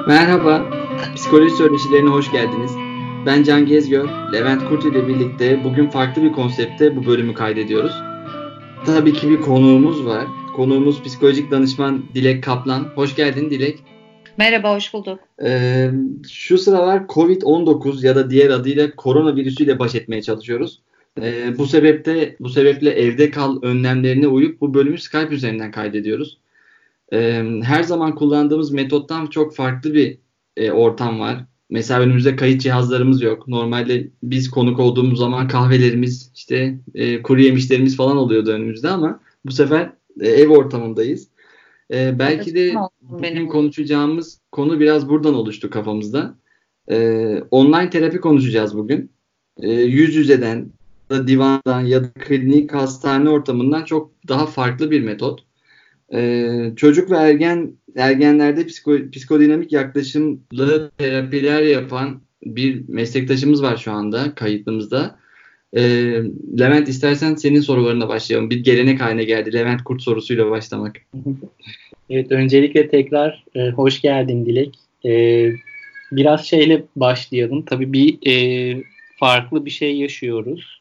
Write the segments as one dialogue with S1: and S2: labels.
S1: Merhaba, Psikoloji Söyleşilerine hoş geldiniz. Ben Can Gezgör, Levent Kurt ile birlikte bugün farklı bir konsepte bu bölümü kaydediyoruz. Tabii ki bir konuğumuz var. Konuğumuz psikolojik danışman Dilek Kaplan. Hoş geldin Dilek.
S2: Merhaba, hoş bulduk.
S1: Şu sıralar Covid-19 ya da diğer adıyla koronavirüsüyle baş etmeye çalışıyoruz. Bu sebeple evde kal önlemlerine uyup bu bölümü Skype üzerinden kaydediyoruz. Her zaman kullandığımız metottan çok farklı bir ortam var. Mesela önümüzde kayıt cihazlarımız yok. Normalde biz konuk olduğumuz zaman kahvelerimiz, işte kuru yemişlerimiz falan oluyordu önümüzde ama bu sefer ev ortamındayız. Belki
S2: Teşekkür
S1: de
S2: olsun
S1: bugün
S2: benim.
S1: konuşacağımız konu biraz buradan oluştu kafamızda. Online terapi konuşacağız bugün. Yüz yüzeden, da divandan ya da klinik hastane ortamından çok daha farklı bir metot. Çocuk ve ergenlerde psikodinamik yaklaşımlı terapiler yapan bir meslektaşımız var şu anda kayıtlımızda. Ee, Levent, istersen senin sorularına başlayalım. Bir gelenek haline geldi Levent Kurt sorusuyla başlamak.
S3: Evet, öncelikle tekrar hoş geldin Dilek. Biraz şeyle başlayalım. Tabii farklı bir şey yaşıyoruz.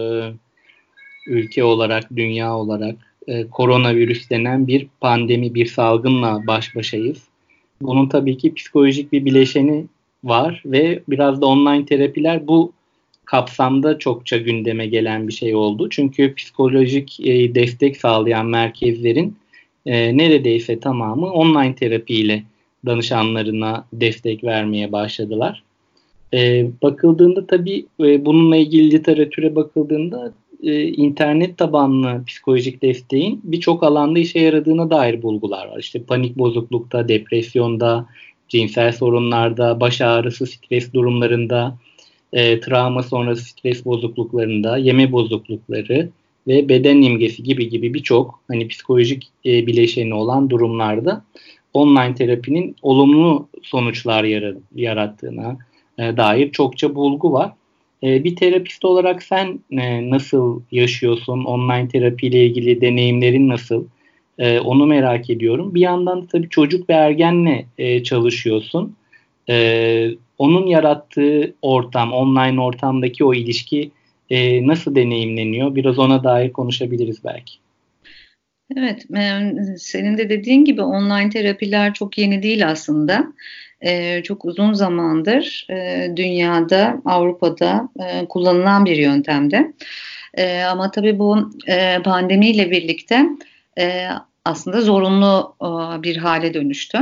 S3: Ülke olarak, dünya olarak koronavirüs denen bir pandemi, bir salgınla baş başayız. Bunun tabii ki psikolojik bir bileşeni var ve biraz da online terapiler bu kapsamda çokça gündeme gelen bir şey oldu. Çünkü psikolojik destek sağlayan merkezlerin neredeyse tamamı online terapiyle danışanlarına destek vermeye başladılar. Bakıldığında tabii bununla ilgili literatüre bakıldığında internet tabanlı psikolojik desteğin birçok alanda işe yaradığına dair bulgular var. İşte panik bozuklukta, depresyonda, cinsel sorunlarda, baş ağrısı, stres durumlarında, travma sonrası stres bozukluklarında, yeme bozuklukları ve beden imgesi gibi birçok hani psikolojik bileşeni olan durumlarda online terapinin olumlu sonuçlar yarattığına dair çokça bulgu var. Bir terapist olarak sen nasıl yaşıyorsun? Online terapiyle ilgili deneyimlerin nasıl? Onu merak ediyorum. Bir yandan da tabii çocuk ve ergenle çalışıyorsun. Onun yarattığı ortam, online ortamdaki o ilişki nasıl deneyimleniyor? Biraz ona dair konuşabiliriz belki.
S2: Evet, senin de dediğin gibi online terapiler çok yeni değil aslında. Çok uzun zamandır dünyada, Avrupa'da kullanılan bir yöntemde. Ama tabii bu pandemiyle birlikte e, aslında zorunlu bir hale dönüştü.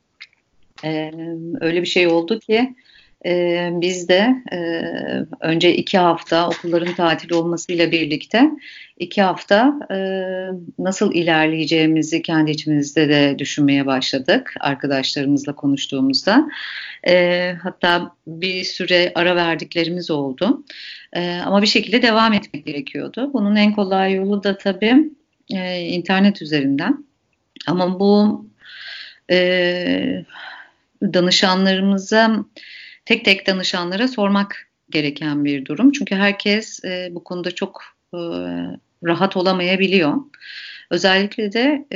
S2: Öyle bir şey oldu ki biz de önce 2 hafta okulların tatil olmasıyla birlikte 2 hafta nasıl ilerleyeceğimizi kendi içimizde de düşünmeye başladık arkadaşlarımızla konuştuğumuzda. Hatta bir süre ara verdiklerimiz oldu. Ama bir şekilde devam etmek gerekiyordu. Bunun en kolay yolu da tabii internet üzerinden. Ama bu e, danışanlarımıza tek tek danışanlara sormak gereken bir durum. Çünkü herkes bu konuda çok rahat olamayabiliyor. Özellikle de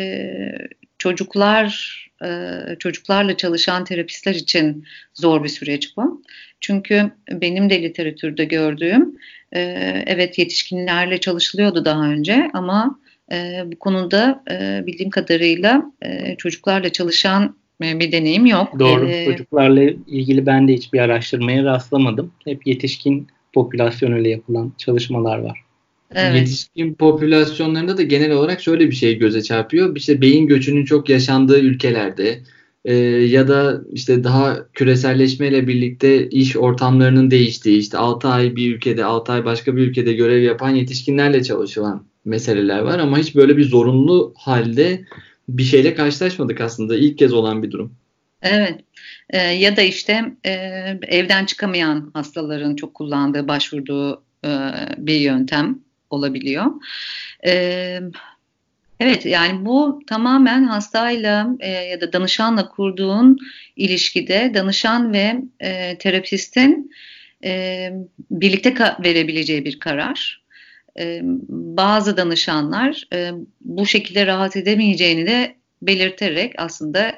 S2: çocuklarla çalışan terapistler için zor bir süreç bu. Çünkü benim de literatürde gördüğüm evet yetişkinlerle çalışılıyordu daha önce ama bu konuda bildiğim kadarıyla çocuklarla çalışan bir deneyim yok.
S3: Doğru. Çocuklarla ilgili ben de hiçbir araştırmaya rastlamadım. Hep yetişkin popülasyonuyla yapılan çalışmalar var.
S2: Evet.
S1: Yetişkin popülasyonlarında da genel olarak şöyle bir şey göze çarpıyor. İşte beyin göçünün çok yaşandığı ülkelerde ya da işte daha küreselleşmeyle birlikte iş ortamlarının değiştiği, işte 6 ay bir ülkede, 6 ay başka bir ülkede görev yapan yetişkinlerle çalışılan meseleler var ama hiç böyle bir zorunlu halde bir şeyle karşılaşmadık aslında. İlk kez olan bir durum.
S2: Evet. Ya da işte evden çıkamayan hastaların çok kullandığı, başvurduğu bir yöntem olabiliyor. E, evet, yani bu tamamen hastayla ya da danışanla kurduğun ilişkide danışan ve terapistin birlikte verebileceği bir karar. Bazı danışanlar bu şekilde rahat edemeyeceğini de belirterek aslında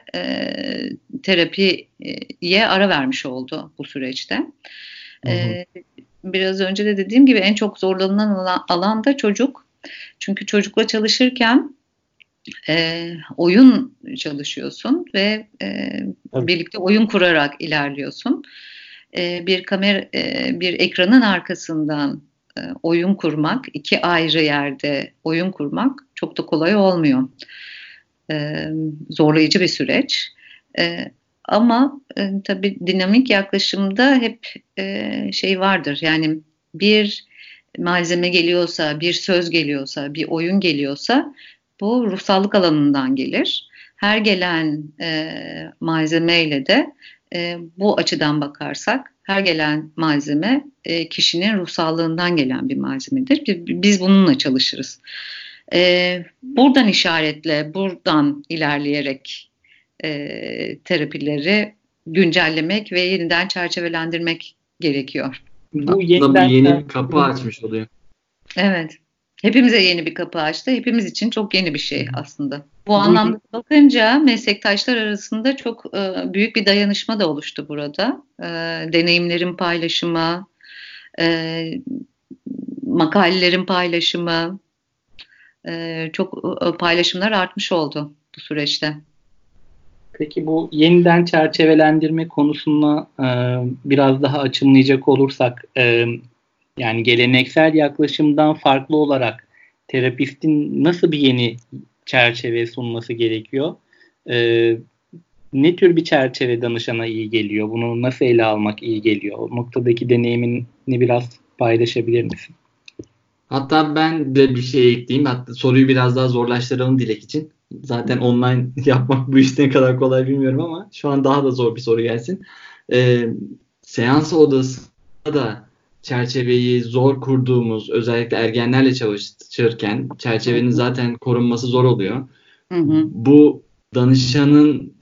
S2: terapiye ara vermiş oldu bu süreçte. Biraz önce de dediğim gibi en çok zorlanılan alan da çocuk. Çünkü çocukla çalışırken oyun çalışıyorsun ve birlikte oyun kurarak ilerliyorsun. Bir ekranın arkasından oyun kurmak, iki ayrı yerde oyun kurmak çok da kolay olmuyor. Zorlayıcı bir süreç. Ama tabii dinamik yaklaşımda hep şey vardır. Yani bir malzeme geliyorsa, bir söz geliyorsa, bir oyun geliyorsa bu ruhsallık alanından gelir. Her gelen malzemeyle de bu açıdan bakarsak her gelen malzeme kişinin ruhsallığından gelen bir malzemedir. Biz bununla çalışırız. Buradan işaretle, buradan ilerleyerek terapileri güncellemek ve yeniden çerçevelendirmek gerekiyor.
S1: Bu yeni bir kapı açmış oluyor.
S2: Evet. Hepimize yeni bir kapı açtı. Hepimiz için çok yeni bir şey aslında. Bu anlamda bakınca meslektaşlar arasında çok büyük bir dayanışma da oluştu burada. Deneyimlerin paylaşımı, makalelerin paylaşımı, çok paylaşımlar artmış oldu bu süreçte.
S3: Peki bu yeniden çerçevelendirme konusuna biraz daha açımlayacak olursak, yani geleneksel yaklaşımdan farklı olarak terapistin nasıl bir yeni çerçeve sunması gerekiyor? Ne tür bir çerçeve danışana iyi geliyor? Bunu nasıl ele almak iyi geliyor? O noktadaki deneyimini biraz paylaşabilir misin?
S1: Hatta ben de bir şey ekleyeyim. Hatta soruyu biraz daha zorlaştıralım Dilek için. Zaten online yapmak bu iş ne kadar kolay bilmiyorum ama şu an daha da zor bir soru gelsin. Seans odasında da çerçeveyi zor kurduğumuz, özellikle ergenlerle çalışırken çerçevenin zaten korunması zor oluyor. Bu danışanın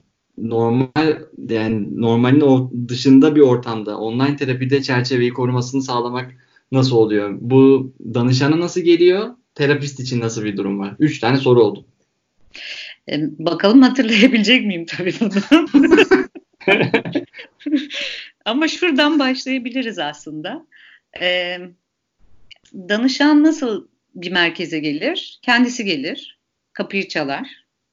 S1: normalin dışında bir ortamda online terapide çerçeveyi korumasını sağlamak nasıl oluyor? Bu danışana nasıl geliyor? Terapist için nasıl bir durum var? 3 tane soru oldu.
S2: Bakalım hatırlayabilecek miyim tabii bunu. Ama şuradan başlayabiliriz aslında. Danışan nasıl bir merkeze gelir? Kendisi gelir, kapıyı çalar.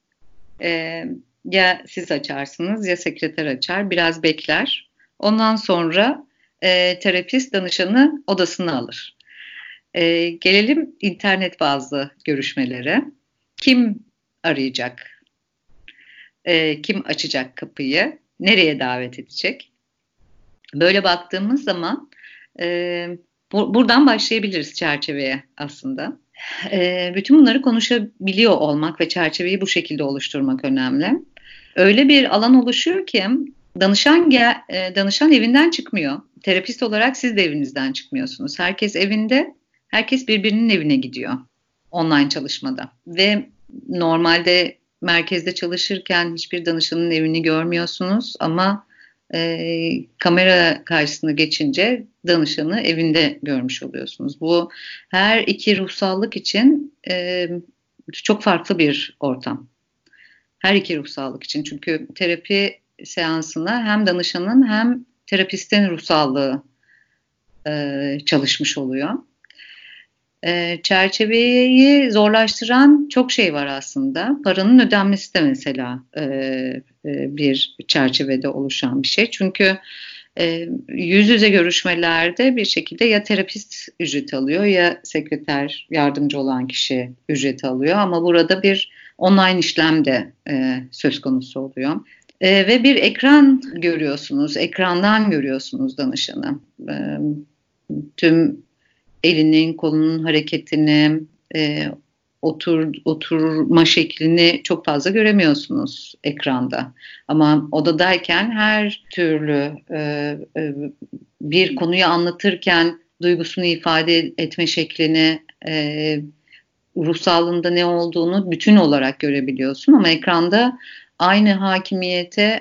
S2: Ya siz açarsınız ya sekreter açar, biraz bekler. Ondan sonra terapist danışanı odasına alır. Gelelim internet bazlı görüşmelere. Kim arayacak? Kim açacak kapıyı? Nereye davet edecek? Böyle baktığımız zaman buradan başlayabiliriz çerçeveye aslında. Bütün bunları konuşabiliyor olmak ve çerçeveyi bu şekilde oluşturmak önemli. Öyle bir alan oluşuyor ki danışan evinden çıkmıyor. Terapist olarak siz de evinizden çıkmıyorsunuz. Herkes evinde, herkes birbirinin evine gidiyor online çalışmada. Ve normalde merkezde çalışırken hiçbir danışanın evini görmüyorsunuz ama kamera karşısına geçince danışanı evinde görmüş oluyorsunuz. Bu her iki ruhsallık için çok farklı bir ortam. Her iki ruhsallık için. Çünkü terapi seansına hem danışanın hem terapistin ruhsallığı çalışmış oluyor. Çerçeveyi zorlaştıran çok şey var aslında. Paranın ödenmesi de mesela bir çerçevede oluşan bir şey. Çünkü yüz yüze görüşmelerde bir şekilde ya terapist ücret alıyor ya sekreter, yardımcı olan kişi ücret alıyor. Ama burada bir online işlem de söz konusu oluyor. Ve bir ekran görüyorsunuz, ekrandan görüyorsunuz danışanı. Tüm elinin, kolunun hareketini, oturma şeklini çok fazla göremiyorsunuz ekranda. Ama odadayken her türlü bir konuyu anlatırken duygusunu ifade etme şeklini, ruhsallığında ne olduğunu bütün olarak görebiliyorsun. Ama ekranda aynı hakimiyete,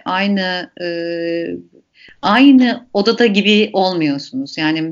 S2: aynı odada gibi olmuyorsunuz. Yani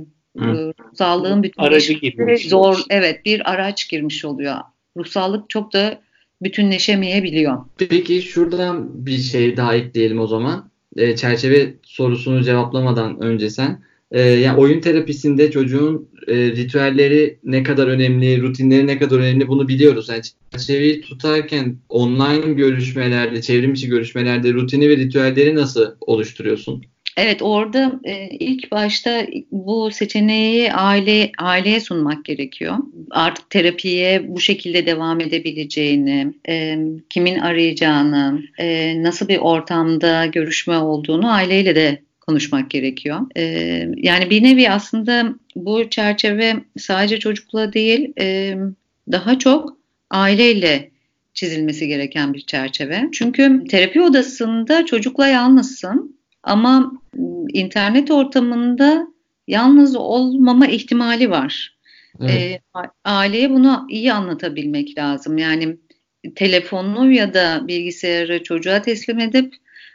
S2: ruhsallığın bütün
S3: aracı girmiş.
S2: Zor, evet, bir araç girmiş oluyor. Ruhsallık çok da bütünleşemeyebiliyor.
S1: Peki şuradan bir şey daha ekleyelim o zaman. Çerçeve sorusunu cevaplamadan önce sen. Yani oyun terapisinde çocuğun ritüelleri ne kadar önemli, rutinleri ne kadar önemli bunu biliyoruz. Yani çerçeveyi tutarken online görüşmelerde, çevrim içi görüşmelerde rutini ve ritüelleri nasıl oluşturuyorsun?
S2: Evet, orada ilk başta bu seçeneği aileye sunmak gerekiyor. Artık terapiye bu şekilde devam edebileceğini, kimin arayacağını, nasıl bir ortamda görüşme olduğunu aileyle de konuşmak gerekiyor. Yani bir nevi aslında bu çerçeve sadece çocukla değil, daha çok aileyle çizilmesi gereken bir çerçeve. Çünkü terapi odasında çocukla yalnızsın. Ama internet ortamında yalnız olmama ihtimali var.
S1: Evet.
S2: Aileye bunu iyi anlatabilmek lazım. Yani telefonunu ya da bilgisayarı çocuğa teslim edip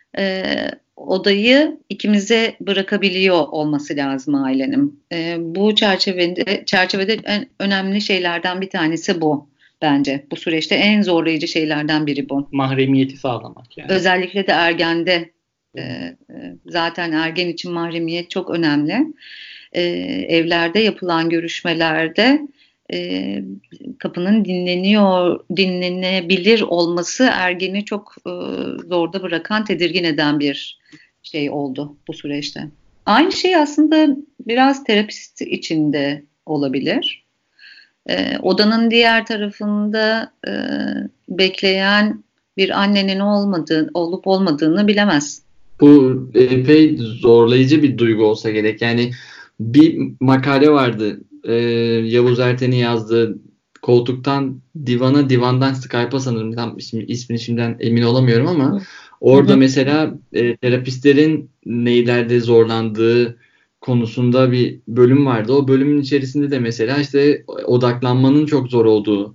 S2: odayı ikimize bırakabiliyor olması lazım ailenin. Bu çerçevede en önemli şeylerden bir tanesi bu bence. Bu süreçte en zorlayıcı şeylerden biri bu.
S3: Mahremiyeti sağlamak yani.
S2: Özellikle de ergende. Zaten ergen için mahremiyet çok önemli. Evlerde yapılan görüşmelerde kapının dinlenebilir olması ergeni çok zorda bırakan, tedirgin eden bir şey oldu bu süreçte. Aynı şey aslında biraz terapist için de olabilir. Odanın diğer tarafında bekleyen bir annenin olup olmadığını bilemez.
S1: Bu epey zorlayıcı bir duygu olsa gerek. Yani bir makale vardı. Yavuz Erten'in yazdığı koltuktan divana, divandan Skype'a sanırım. Tam ismini şimdiden emin olamıyorum ama orada mesela terapistlerin neylerde zorlandığı konusunda bir bölüm vardı. O bölümün içerisinde de mesela işte odaklanmanın çok zor olduğu,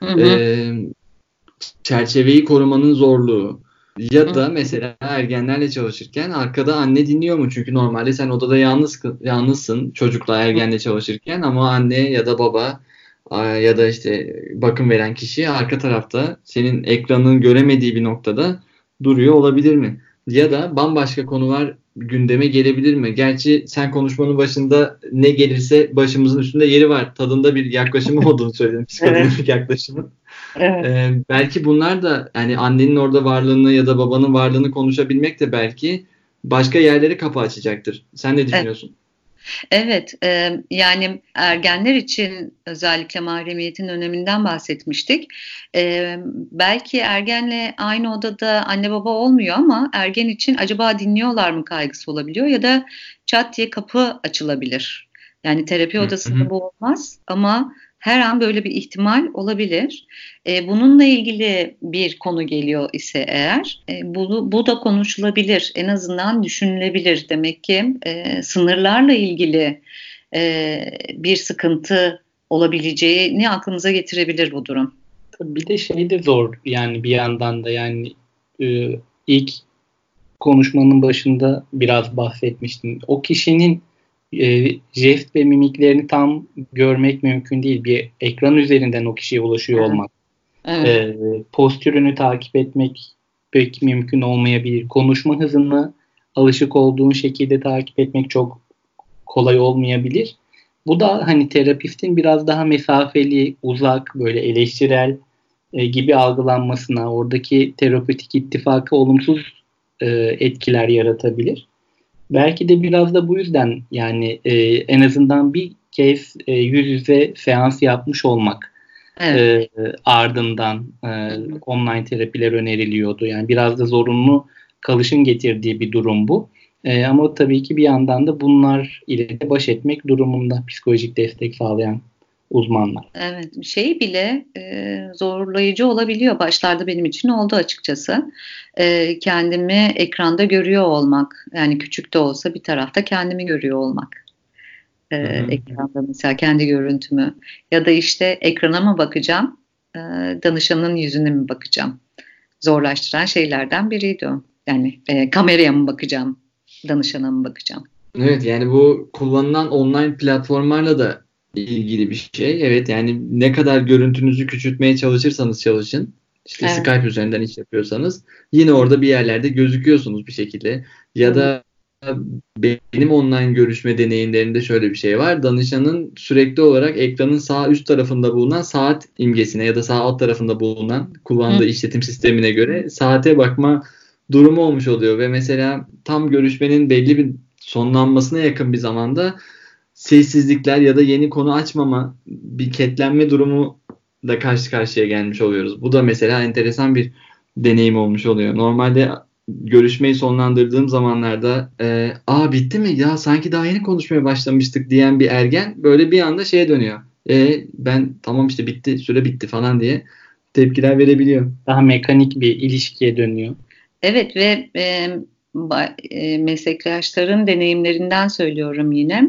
S1: çerçeveyi korumanın zorluğu, ya da mesela ergenlerle çalışırken arkada anne dinliyor mu? Çünkü normalde sen odada yalnızsın çocukla ergenle çalışırken ama anne ya da baba ya da işte bakım veren kişi arka tarafta senin ekranın göremediği bir noktada duruyor olabilir mi? Ya da bambaşka konular gündeme gelebilir mi? Gerçi sen konuşmanın başında ne gelirse başımızın üstünde yeri var tadında bir yaklaşımı olduğunu söyledin. Psikodinamik yaklaşımı.
S2: Evet.
S1: Belki bunlar da yani annenin orada varlığını ya da babanın varlığını konuşabilmek de belki başka yerlere kapı açacaktır. Sen ne düşünüyorsun?
S2: Evet, yani ergenler için özellikle mahremiyetin öneminden bahsetmiştik. Belki ergenle aynı odada anne baba olmuyor ama ergen için acaba dinliyorlar mı kaygısı olabiliyor ya da çat diye kapı açılabilir. Yani terapi odasında bu olmaz ama her an böyle bir ihtimal olabilir. Bununla ilgili bir konu geliyor ise eğer bu da konuşulabilir, en azından düşünülebilir. Demek ki sınırlarla ilgili bir sıkıntı olabileceğini aklımıza getirebilir bu durum.
S3: Bir de şey de zor yani bir yandan da yani ilk konuşmanın başında biraz bahsetmiştim. O kişinin jest ve mimiklerini tam görmek mümkün değil. Bir ekran üzerinden o kişiye ulaşıyor olmak.
S2: Evet.
S3: Postürünü takip etmek pek mümkün olmayabilir. Konuşma hızını alışık olduğun şekilde takip etmek çok kolay olmayabilir. Bu da hani terapistin biraz daha mesafeli, uzak, böyle eleştirel gibi algılanmasına, oradaki terapötik ittifakı olumsuz etkiler yaratabilir. Belki de biraz da bu yüzden yani en azından bir kez yüz yüze seans yapmış olmak ardından online terapiler öneriliyordu. Yani biraz da zorunlu kalışın getirdiği bir durum bu. Ama tabii ki bir yandan da bunlar ile de baş etmek durumunda psikolojik destek sağlayan uzmanlar.
S2: Evet, şey bile zorlayıcı olabiliyor. Başlarda benim için oldu açıkçası. Kendimi ekranda görüyor olmak, yani küçük de olsa bir tarafta kendimi görüyor olmak. Ekranda mesela kendi görüntümü ya da işte ekrana mı bakacağım, danışanın yüzüne mi bakacağım? Zorlaştıran şeylerden biriydi o. Yani kameraya mı bakacağım, danışana mı bakacağım?
S1: Evet, yani bu kullanılan online platformlarla da ilgili bir şey. Evet, yani ne kadar görüntünüzü küçültmeye çalışırsanız çalışın İşte
S2: Evet.
S1: Skype üzerinden iş yapıyorsanız yine orada bir yerlerde gözüküyorsunuz bir şekilde. Ya da benim online görüşme deneyimlerinde şöyle bir şey var. Danışanın sürekli olarak ekranın sağ üst tarafında bulunan saat imgesine ya da sağ alt tarafında bulunan kullandığı işletim sistemine göre saate bakma durumu olmuş oluyor ve mesela tam görüşmenin belli bir sonlanmasına yakın bir zamanda sessizlikler ya da yeni konu açmama, bir ketlenme durumu da karşı karşıya gelmiş oluyoruz. Bu da mesela enteresan bir deneyim olmuş oluyor. Normalde görüşmeyi sonlandırdığım zamanlarda bitti mi ya sanki daha yeni konuşmaya başlamıştık diyen bir ergen böyle bir anda şeye dönüyor. Ben tamam işte bitti, süre bitti falan diye tepkiler verebiliyor.
S3: Daha mekanik bir ilişkiye dönüyor.
S2: Evet ve meslektaşların deneyimlerinden söylüyorum yine.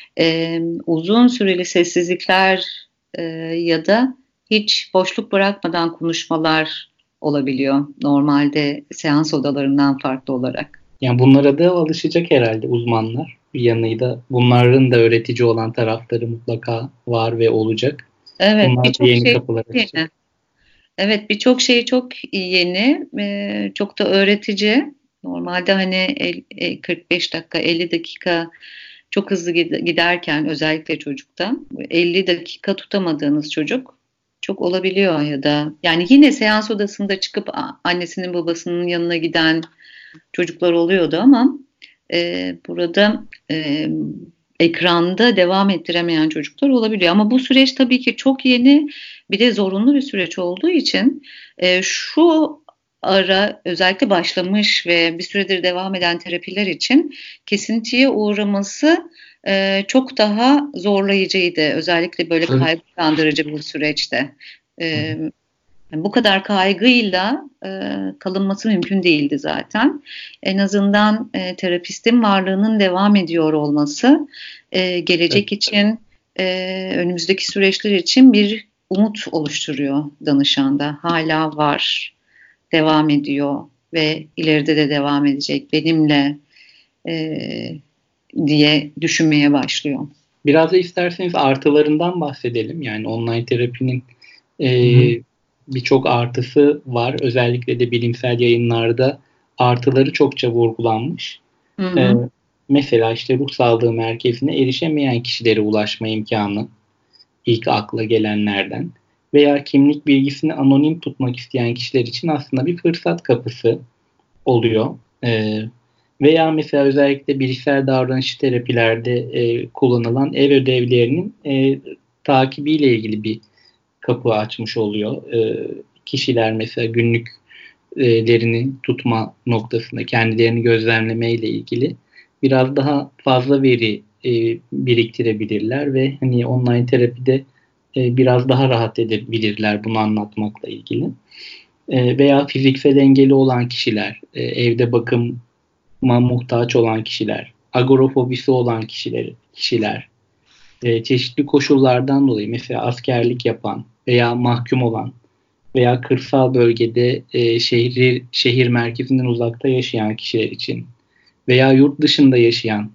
S2: Uzun süreli sessizlikler ya da hiç boşluk bırakmadan konuşmalar olabiliyor. Normalde seans odalarından farklı olarak.
S3: Yani bunlara da alışacak herhalde uzmanlar. Bir yanıyla bunların da öğretici olan tarafları mutlaka var ve olacak.
S2: Evet,
S3: Bunlar da
S2: birçok
S3: yeni
S2: şey
S3: kapılar açacak.
S2: yeni. Evet, birçok şey çok yeni, çok da öğretici. Normalde hani 45 dakika, 50 dakika çok hızlı giderken özellikle çocukta 50 dakika tutamadığınız çocuk çok olabiliyor ya da yani yine seans odasında çıkıp annesinin babasının yanına giden çocuklar oluyordu ama burada ekranda devam ettiremeyen çocuklar olabiliyor. Ama bu süreç tabii ki çok yeni, bir de zorunlu bir süreç olduğu için şu ara özellikle başlamış ve bir süredir devam eden terapiler için kesintiye uğraması çok daha zorlayıcıydı. Özellikle böyle kaygılandırıcı bir süreçte. Bu kadar kaygıyla kalınması mümkün değildi zaten. En azından terapistin varlığının devam ediyor olması gelecek için, önümüzdeki süreçler için bir umut oluşturuyor danışanda. Hala var, devam ediyor ve ileride de devam edecek benimle diye düşünmeye başlıyor.
S3: Biraz da isterseniz artılarından bahsedelim. Yani online terapinin birçok artısı var. Özellikle de bilimsel yayınlarda artıları çokça vurgulanmış. Mesela işte ruh sağlığı merkezine erişemeyen kişilere ulaşma imkanı ilk akla gelenlerden veya kimlik bilgisini anonim tutmak isteyen kişiler için aslında bir fırsat kapısı oluyor. Veya mesela özellikle bilişsel davranış terapilerde kullanılan ev ödevlerinin takibiyle ilgili bir kapı açmış oluyor. Kişiler mesela günlüklerini tutma noktasında kendilerini gözlemleme ile ilgili biraz daha fazla veri biriktirebilirler ve hani online terapide biraz daha rahat edebilirler bunu anlatmakla ilgili. Veya fiziksel engeli olan kişiler, evde bakıma muhtaç olan kişiler, agorafobisi olan kişiler, çeşitli koşullardan dolayı mesela askerlik yapan veya mahkum olan veya kırsal bölgede şehir merkezinden uzakta yaşayan kişiler için veya yurt dışında yaşayan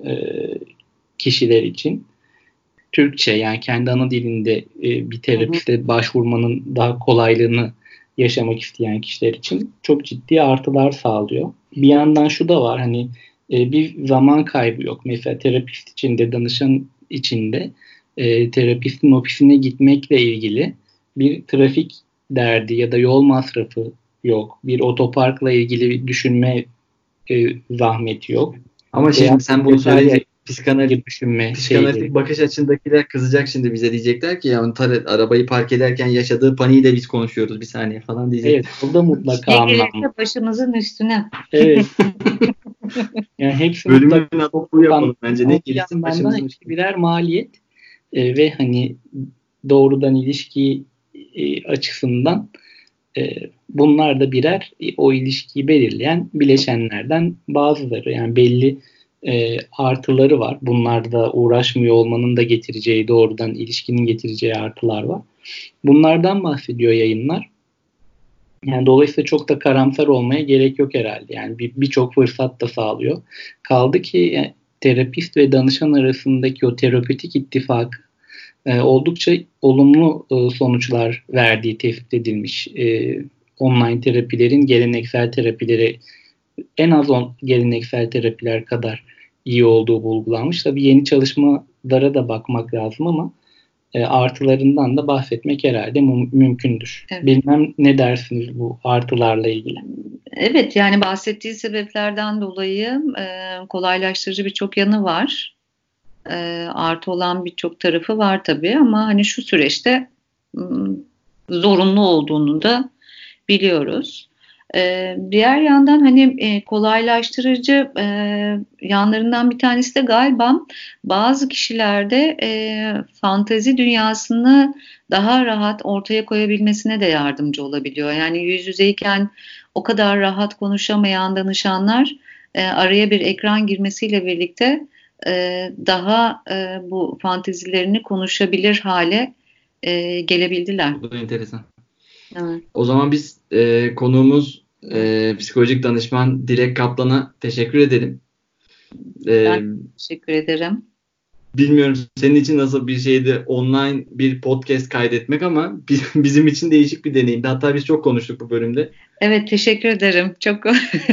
S3: kişiler için Türkçe yani kendi ana dilinde bir terapiste başvurmanın daha kolaylığını yaşamak isteyen kişiler için çok ciddi artılar sağlıyor. Bir yandan şu da var hani bir zaman kaybı yok. Mesela terapist için de danışan için de terapistin ofisine gitmekle ilgili bir trafik derdi ya da yol masrafı yok. Bir otoparkla ilgili düşünme zahmeti yok.
S1: Ama şimdi sen bunu söyleyince psikanalitik
S3: şeyleri.
S1: bakış açındakiler kızacak şimdi bize diyecekler ki ya arabayı park ederken yaşadığı paniği de biz konuşuyoruz bir saniye falan diyecek.
S3: Evet, o da mutlaka
S2: anlamlı. Başımızın üstüne.
S3: Evet. Yani hepsi
S1: bölümün adı yapalım bence. Ne
S3: gelirse başımızın üstüne. Birer maliyet ve hani doğrudan ilişki açısından bunlar da birer o ilişkiyi belirleyen bileşenlerden bazıları. Yani belli artıları var. Bunlarda uğraşmıyor olmanın da getireceği doğrudan ilişkinin getireceği artılar var. Bunlardan bahsediyor yayınlar. Yani dolayısıyla çok da karamsar olmaya gerek yok herhalde. Yani birçok fırsat da sağlıyor. Kaldı ki terapist ve danışan arasındaki o terapötik ittifak oldukça olumlu sonuçlar verdiği tespit edilmiş. Online terapilerin geleneksel terapileri en az geleneksel terapiler kadar iyi olduğu bulgulanmış. Tabii yeni çalışmalara da bakmak lazım ama artılarından da bahsetmek herhalde mümkündür. Evet. Bilmem ne dersiniz bu artılarla ilgili?
S2: Evet, yani bahsettiği sebeplerden dolayı kolaylaştırıcı birçok yanı var. Artı olan birçok tarafı var tabii ama hani şu süreçte zorunlu olduğunu da biliyoruz. Diğer yandan hani kolaylaştırıcı yanlarından bir tanesi de galiba bazı kişilerde fantezi dünyasını daha rahat ortaya koyabilmesine de yardımcı olabiliyor. Yani yüz yüzeyken o kadar rahat konuşamayan danışanlar araya bir ekran girmesiyle birlikte daha bu fantezilerini konuşabilir hale gelebildiler.
S1: Bu da enteresan.
S2: Evet.
S1: O zaman biz konuğumuz psikolojik danışman Dilek Kaplan'a teşekkür edelim.
S2: Ben teşekkür ederim.
S1: Bilmiyorum senin için nasıl bir şeydi online bir podcast kaydetmek ama bizim için değişik bir deneyimdi. Hatta biz çok konuştuk bu bölümde.
S2: Evet, teşekkür ederim. Çok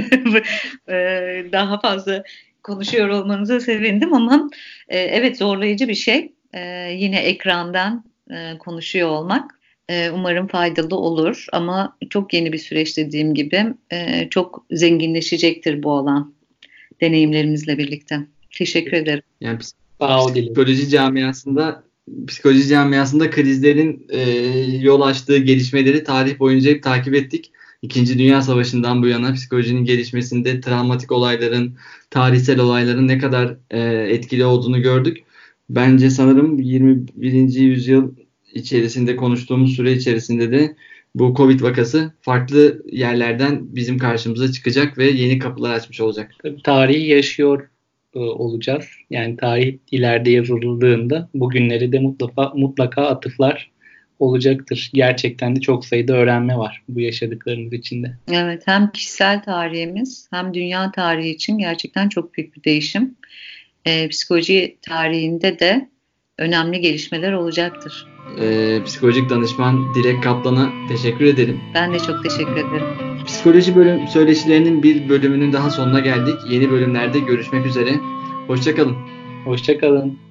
S2: daha fazla konuşuyor olmanıza sevindim ama evet, zorlayıcı bir şey. Yine ekrandan konuşuyor olmak. Umarım faydalı olur ama çok yeni bir süreç, dediğim gibi çok zenginleşecektir bu alan deneyimlerimizle birlikte. Teşekkür ederim.
S1: Yani psikoloji camiasında krizlerin yol açtığı gelişmeleri tarih boyunca hep takip ettik. İkinci Dünya Savaşı'ndan bu yana psikolojinin gelişmesinde travmatik olayların, tarihsel olayların ne kadar etkili olduğunu gördük. Bence sanırım 21. yüzyıl içerisinde konuştuğumuz süre içerisinde de bu Covid vakası farklı yerlerden bizim karşımıza çıkacak ve yeni kapılar açmış olacak.
S3: Tarihi yaşıyor olacağız. Yani tarih ileride yazıldığında bugünleri de mutlaka atıflar olacaktır. Gerçekten de çok sayıda öğrenme var bu yaşadıklarımız içinde.
S2: Evet, hem kişisel tarihimiz hem dünya tarihi için gerçekten çok büyük bir değişim. Psikoloji tarihinde de önemli gelişmeler olacaktır.
S1: Psikolojik danışman Dilek Kaplan'a teşekkür ederim.
S2: Ben de çok teşekkür ederim.
S1: Psikoloji söyleşilerinin bir bölümünün daha sonuna geldik. Yeni bölümlerde görüşmek üzere. Hoşça kalın.
S3: Hoşça kalın.